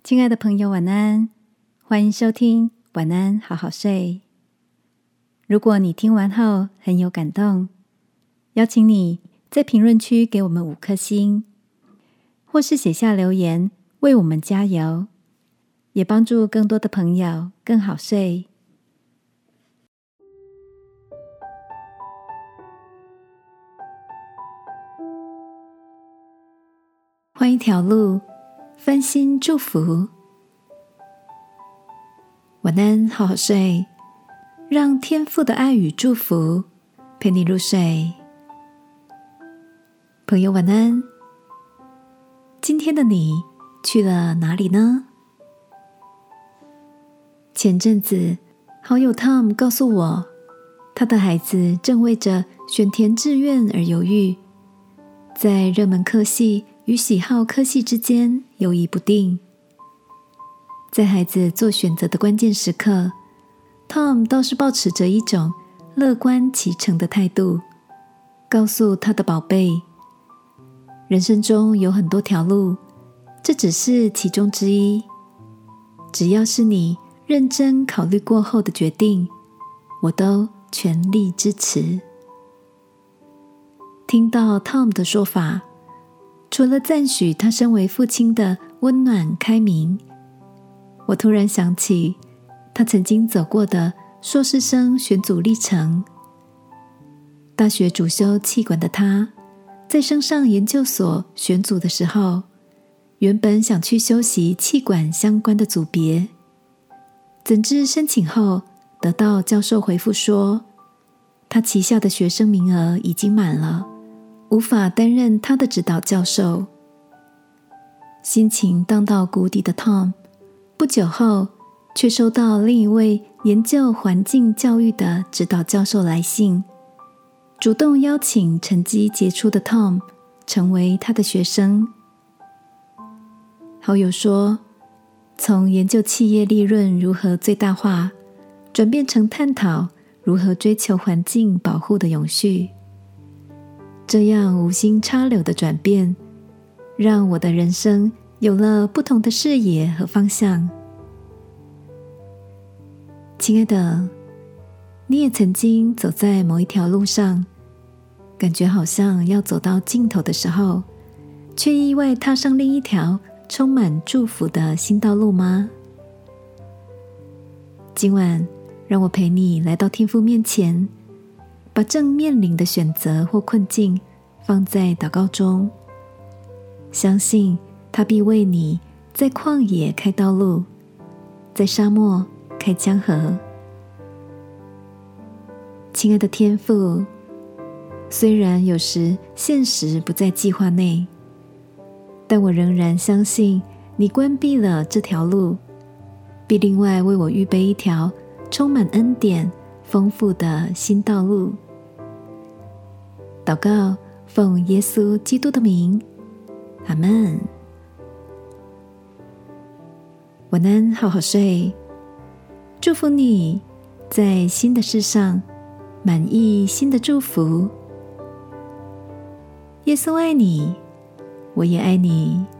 亲爱的朋友，晚安，欢迎收听晚安好好睡。如果你听完后很有感动，邀请你在评论区给我们5颗星，或是写下留言为我们加油，也帮助更多的朋友更好睡。换一条路，分心祝福。晚安好好睡，让天父的爱与祝福陪你入睡。朋友晚安，今天的你去了哪里呢？前阵子好友 Tom 告诉我，他的孩子正为着选填志愿而犹豫，在热门科系与喜好科系之间犹疑不定。在孩子做选择的关键时刻， Tom 倒是抱持着一种乐观其成的态度，告诉他的宝贝，人生中有很多条路，这只是其中之一。只要是你认真考虑过后的决定，我都全力支持。听到 Tom 的说法，除了赞许他身为父亲的温暖开明，我突然想起他曾经走过的硕士生选组历程。大学主修企管的他，在升上研究所选组的时候，原本想去修习企管相关的组别，怎知申请后得到教授回复说，他旗下的学生名额已经满了，无法担任他的指导教授。心情荡到谷底的 Tom， 不久后却收到另一位研究环境教育的指导教授来信，主动邀请成绩杰出的 Tom 成为他的学生。好友说，从研究企业利润如何最大化，转变成探讨如何追求环境保护的永续。这样无心插柳的转变，让我的人生有了不同的视野和方向。亲爱的，你也曾经走在某一条路上，感觉好像要走到尽头的时候，却意外踏上另一条充满祝福的新道路吗？今晚让我陪你来到天父面前，把正面临的选择或困境放在祷告中，相信他必为你在旷野开道路，在沙漠开江河。亲爱的天父，虽然有时现实不在计划内，但我仍然相信你关闭了这条路，必另外为我预备一条充满恩典丰富的新道路。祷告奉耶稣基督的名，阿们。晚安好好睡，祝福你在新的事上满意新的祝福。耶稣爱你，我也爱你。